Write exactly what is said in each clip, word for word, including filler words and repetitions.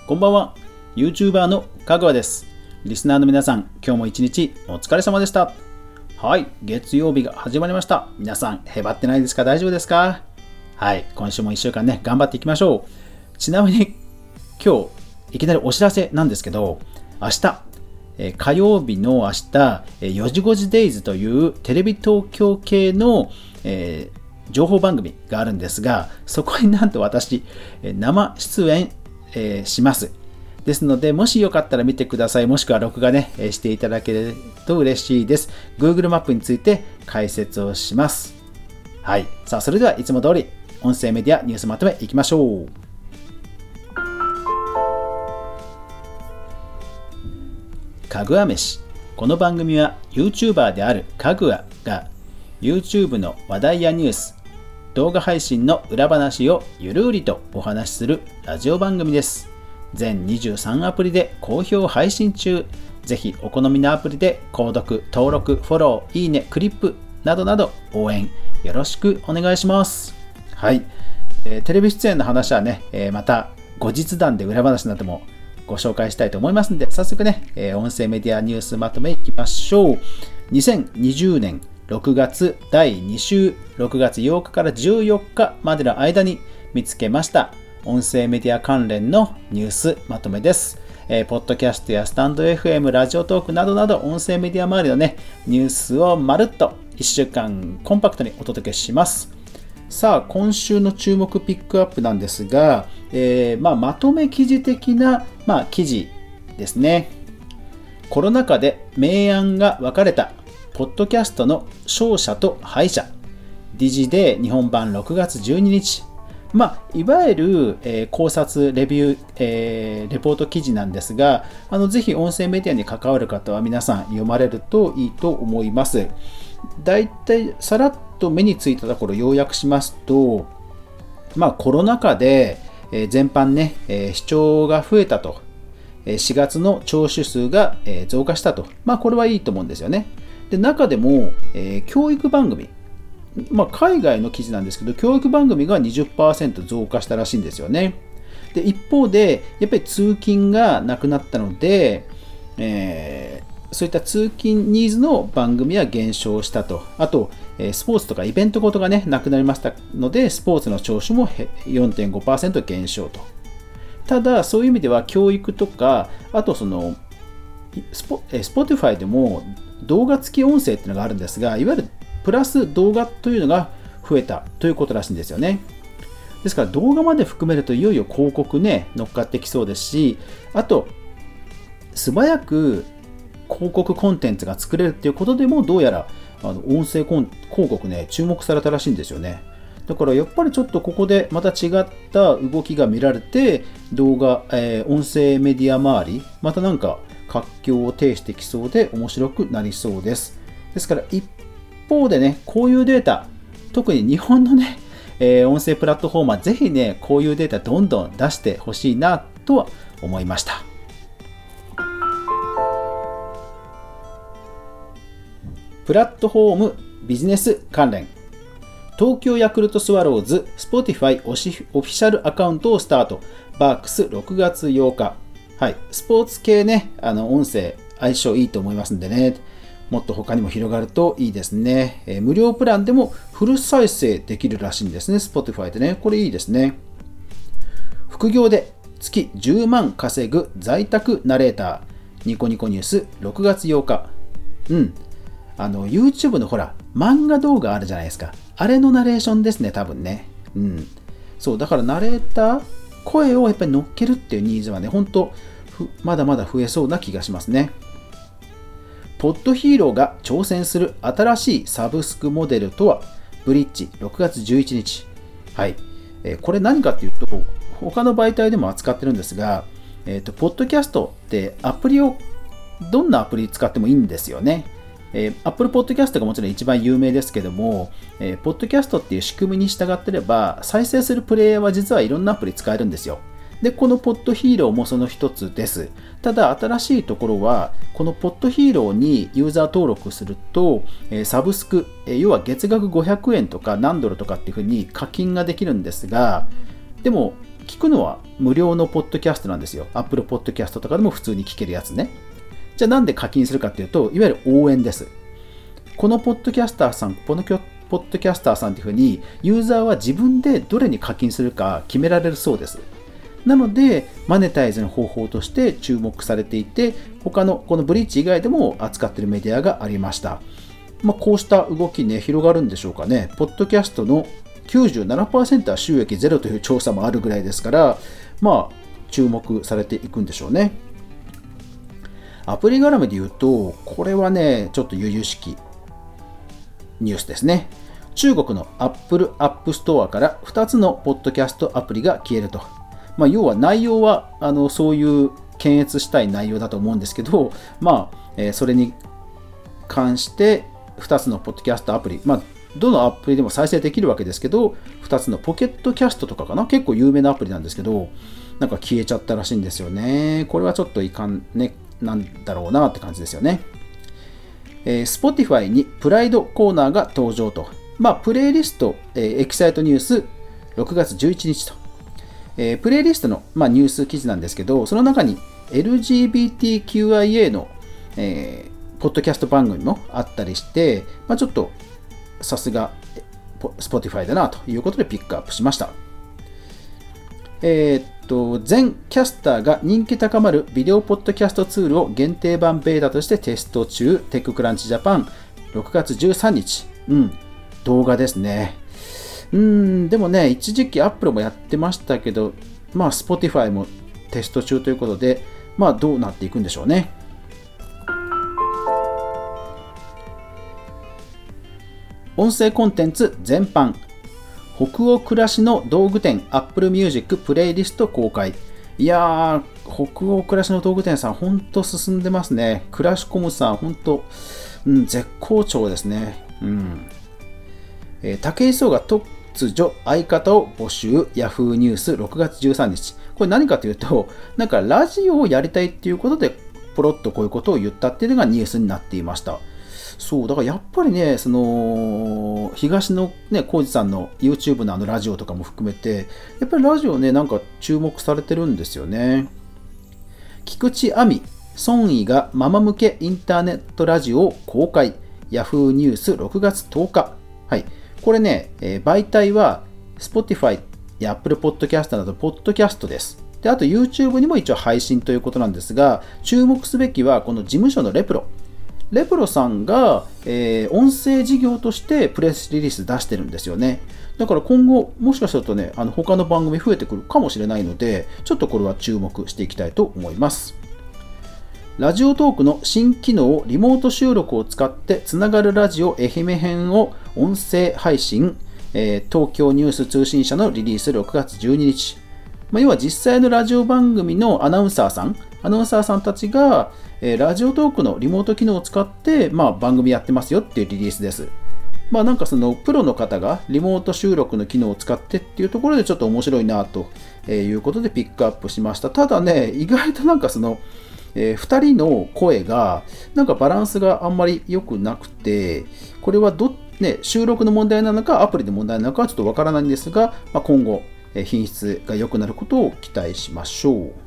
こんばんは。YouTuber のかぐわです。リスナーの皆さん、今日も一日お疲れ様でした。はい、月曜日が始まりました。皆さん、へばってないですか？大丈夫ですか？はい、今週もいっしゅうかんね、頑張っていきましょう。ちなみに、今日、いきなりお知らせなんですけど、明日、えー、火曜日の明日、よじごじデイズというテレビ東京系の、えー、情報番組があるんですが、そこになんと私、生出演、えー、します。ですので、もしよかったら見てください。もしくは録画ね、していただけると嬉しいです。Google マップについて解説をします。はい。さあ、それではいつも通り、音声メディアニュースまとめいきましょう。かぐわ飯。この番組は YouTuber であるかぐわが YouTube の話題やニュース、動画配信の裏話をゆるりとお話しするラジオ番組です。全にじゅうさんアプリで好評配信中。ぜひお好みのアプリで購読、登録、フォロー、いいね、クリップなどなど応援よろしくお願いします。はい、えー、テレビ出演の話はね、えー、また後日談で裏話などもご紹介したいと思いますので、早速ね、えー、音声メディアニュースまとめいきましょう。にせんにじゅうねんろくがつだいに週、ろくがつようかからじゅうよっかまでの間に見つけました音声メディア関連のニュースまとめです。えー、ポッドキャストやスタンド エフエム、ラジオトークなどなど音声メディア周りのね、ニュースをまるっといっしゅうかんコンパクトにお届けします。さあ、今週の注目ピックアップなんですが、えーまあ、まとめ記事的な、まあ、記事ですね。コロナ禍で明暗が分かれたポッドキャストの勝者と敗者、ディジデー日本版ろくがつじゅうににち。まあ、いわゆる、えー、考察、レビュー、えー、レポート記事なんですが、あのぜひ音声メディアに関わる方は皆さん読まれるといいと思います。だいたいさらっと目についたところ要約しますと、まあ、コロナ禍で、えー、全般ね、えー、視聴が増えたと、しがつの聴取数が、えー、増加したと、まあ、これはいいと思うんですよね。で、中でも、えー、教育番組、まあ、海外の記事なんですけど、教育番組が にじゅっパーセント 増加したらしいんですよね。で、一方で、やっぱり通勤がなくなったので、えー、そういった通勤ニーズの番組は減少したと。あと、スポーツとかイベントごとがね、なくなりましたので、スポーツの聴取も よんてんごパーセント 減少と。ただ、そういう意味では教育とか、あとその、スポ、Spotify でも動画付き音声っていうのがあるんですが、いわゆるプラス動画というのが増えたということらしいんですよね。ですから動画まで含めるといよいよ広告ね、乗っかってきそうですし、あと、素早く広告コンテンツが作れるっていうことでも、どうやらあの音声広告ね、注目されたらしいんですよね。だからやっぱりちょっとここでまた違った動きが見られて、動画、えー、音声メディア周り、またなんか活況を呈してきそうで面白くなりそうです。ですから一方でね、こういうデータ、特に日本のね、えー、音声プラットフォーマー、ぜひね、こういうデータどんどん出してほしいなとは思いました。プラットフォームビジネス関連。東京ヤクルトスワローズ Spotify オフィシャルアカウントをスタート。バークスろくがつようか。はい、スポーツ系ね、あの音声相性いいと思いますんでね。もっと他にも広がるといいですね。えー、無料プランでもフル再生できるらしいんですね。Spotify でね。これいいですね。副業で月じゅうまん稼ぐ在宅ナレーター。ニコニコニュースろくがつようか。うん。あの、YouTube のほら、漫画動画あるじゃないですか。あれのナレーションですね、多分ね。うん。そう、だからナレーター、声をやっぱり乗っけるっていうニーズはね、ほんと、まだまだ増えそうな気がしますね。ポッドヒーローが挑戦する新しいサブスクモデルとは、ブリッジろくがつじゅういちにち。はい。えー、これ何かっていうと、他の媒体でも扱ってるんですが、えっと、ポッドキャストってアプリを、どんなアプリ使ってもいいんですよね。えー、Apple Podcast がもちろん一番有名ですけども、えー、ポッドキャストっていう仕組みに従ってれば、再生するプレイヤーは実はいろんなアプリ使えるんですよ。で、このポッドヒーローもその一つです。ただ、新しいところは、このポッドヒーローにユーザー登録すると、えー、サブスク、えー、要は月額ごひゃくえんとか何ドルとかっていうふうに課金ができるんですが、でも、 聞くのは無料のポッドキャストなんですよ。Apple Podcast とかでも普通に聞けるやつね。じゃあなんで課金するかっていうと、いわゆる応援です。このポッドキャスターさん、このポッドキャスターさんっていうふうに、ユーザーは自分でどれに課金するか決められるそうです。なので、マネタイズの方法として注目されていて、他のこのブリッジ以外でも扱っているメディアがありました。まあ、こうした動きね、広がるんでしょうかね。ポッドキャストの きゅうじゅうななパーセント は収益ゼロという調査もあるぐらいですから、まあ、注目されていくんでしょうね。アプリ絡みで言うと、これはね、ちょっと由々しきニュースですね。中国の Apple App Store からふたつのポッドキャストアプリが消えると。まあ、要は内容はあのそういう検閲したい内容だと思うんですけど、まあえー、それに関してふたつのポッドキャストアプリ、まあ、どのアプリでも再生できるわけですけど、ふたつのポケットキャストとかかな、結構有名なアプリなんですけど、なんか消えちゃったらしいんですよね。これはちょっといかんね、なんだろうなって感じですよね。えー、Spotify にプライドコーナーが登場と。まあ、プレイリスト、えー、エキサイトニュースろくがつじゅういちにちと。えー、プレイリストの、まあ、ニュース記事なんですけど、その中に エルジービーティーキューアイエー の、えー、ポッドキャスト番組もあったりして、まあ、ちょっとさすが Spotify だなということでピックアップしました。えー、っと、全キャスターが人気高まるビデオポッドキャストツールを限定版ベータとしてテスト中、テッククランチジャパンろくがつじゅうさんにち。うん、動画ですね。うーん、でもね、一時期 Apple もやってましたけど、まあ Spotify もテスト中ということで、まあどうなっていくんでしょうね。音声コンテンツ全般。北欧暮らしの道具店 Apple Music プレイリスト公開。いやー、北欧暮らしの道具店さん、ほんと進んでますね。クラシコムさん、ほんと、うん、絶好調ですね。うん。えー、武井壮が突如相方を募集、ヤフーニュースろくがつじゅうさんにち。これ何かというと、なんかラジオをやりたいっていうことで、ポロッとこういうことを言ったっていうのがニュースになっていました。そう、だからやっぱりね、その、東野ね、浩二さんの YouTube のあのラジオとかも含めて、やっぱりラジオね、なんか注目されてるんですよね。菊池亜美、孫怡がママ向けインターネットラジオを公開。ヤフーニュースろくがつとおか。はい。これね、えー、媒体は Spotify や Apple Podcast などポッドキャストです。で、あと YouTube にも一応配信ということなんですが、注目すべきはこの事務所のレプロ。レプロさんが、えー、音声事業としてプレスリリース出してるんですよね。だから今後、もしかするとね、あの他の番組増えてくるかもしれないので、ちょっとこれは注目していきたいと思います。ラジオトークの新機能、リモート収録を使ってつながるラジオ愛媛編を音声配信、えー、東京ニュース通信社のリリースろくがつじゅうににち。まあ、要は実際のラジオ番組のアナウンサーさん、アナウンサーさんたちが、えー、ラジオトークのリモート機能を使って、まあ、番組やってますよっていうリリースです。まあなんかそのプロの方がリモート収録の機能を使ってっていうところでちょっと面白いなということでピックアップしました。ただね、意外となんかその、えー、ふたりの声がなんかバランスがあんまり良くなくて、これはど、ね、収録の問題なのかアプリの問題なのかはちょっとわからないんですが、まあ、今後品質が良くなることを期待しましょう。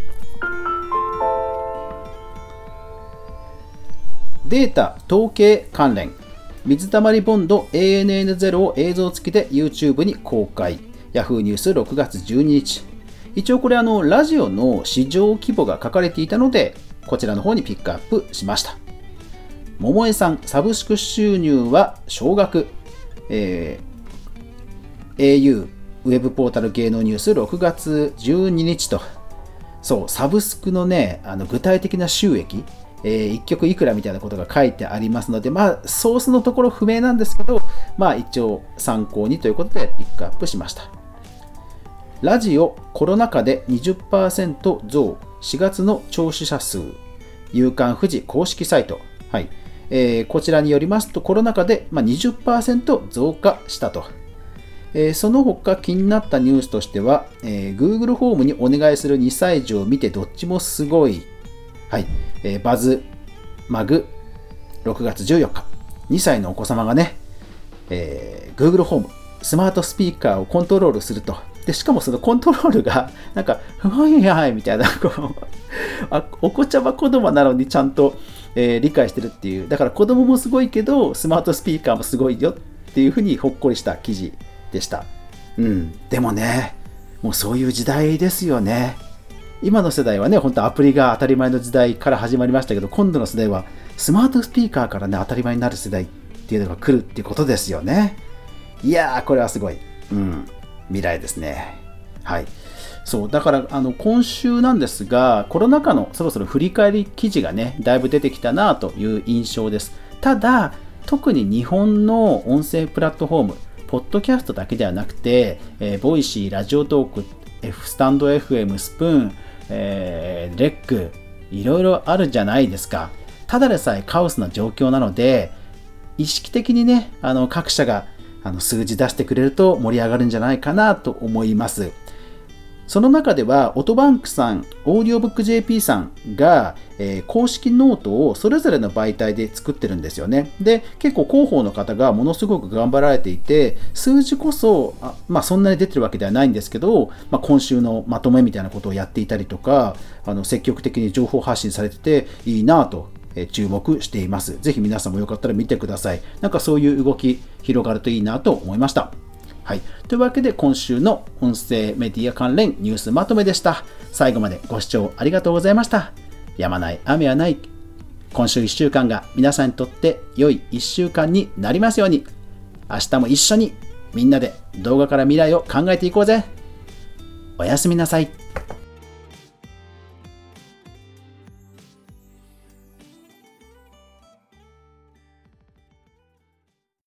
データ統計関連、水たまりボンド エーエヌエヌゼロ を映像付きで YouTube に公開。Yahoo ニュースろくがつじゅうににち。一応これあのラジオの市場規模が書かれていたので、こちらの方にピックアップしました。桃江さん、サブスク収入は少額。えー、エーユー ウェブポータル芸能ニュースろくがつじゅうににちと。そう、サブスクのね、あの具体的な収益、えー、いっきょくいくらみたいなことが書いてありますので、まあ、ソースのところ不明なんですけど、まあ、一応参考にということでピックアップしました。ラジオコロナ禍で にじゅっパーセント 増、しがつの聴取者数、夕刊フジ公式サイト。はい。えー、こちらによりますと、コロナ禍で、まあ、にじゅっパーセント 増加したと。えー、その他気になったニュースとしては、えー、Google ホームにお願いするにさいじょうを見てどっちもすごい。はい。えー、バズマグろくがつじゅうよっか。にさいのお子様がね、えー、Google ホーム、スマートスピーカーをコントロールすると。 でしかもそのコントロールがなんかふわいやいみたいなこうあお子ちゃま言葉なのにちゃんと、えー、理解してるっていう、だから子供もすごいけどスマートスピーカーもすごいよっていうふうにほっこりした記事でした。うん、でもね、もうそういう時代ですよね。今の世代はね、本当アプリが当たり前の時代から始まりましたけど、今度の世代はスマートスピーカーからね当たり前になる世代っていうのが来るっていうことですよね。いやーこれはすごい、うん、未来ですね。はい。そうだからあの今週なんですが、コロナ禍のそろそろ振り返り記事がねだいぶ出てきたなという印象です。ただ特に日本の音声プラットフォーム、ポッドキャストだけではなくて、えー、ボイシー、ラジオトーク、F、スタンド エフエム、スプーン、えー、レック、いろいろあるじゃないですか。ただでさえカオスな状況なので、意識的にね、あの各社があの数字出してくれると盛り上がるんじゃないかなと思います。その中では、オトバンクさん、オーディオブック ジェーピー さんが、えー、公式ノートをそれぞれの媒体で作ってるんですよね。で、結構広報の方がものすごく頑張られていて、数字こそ、あまあそんなに出てるわけではないんですけど、まあ、今週のまとめみたいなことをやっていたりとか、あの積極的に情報発信されてていいなと注目しています。ぜひ皆さんもよかったら見てください。なんかそういう動き広がるといいなと思いました。はい、というわけで今週の音声メディア関連ニュースまとめでした。最後までご視聴ありがとうございました。やまない雨はない。今週いっしゅうかんが皆さんにとって良いいっしゅうかんになりますように。明日も一緒にみんなで動画から未来を考えていこうぜ。おやすみなさい。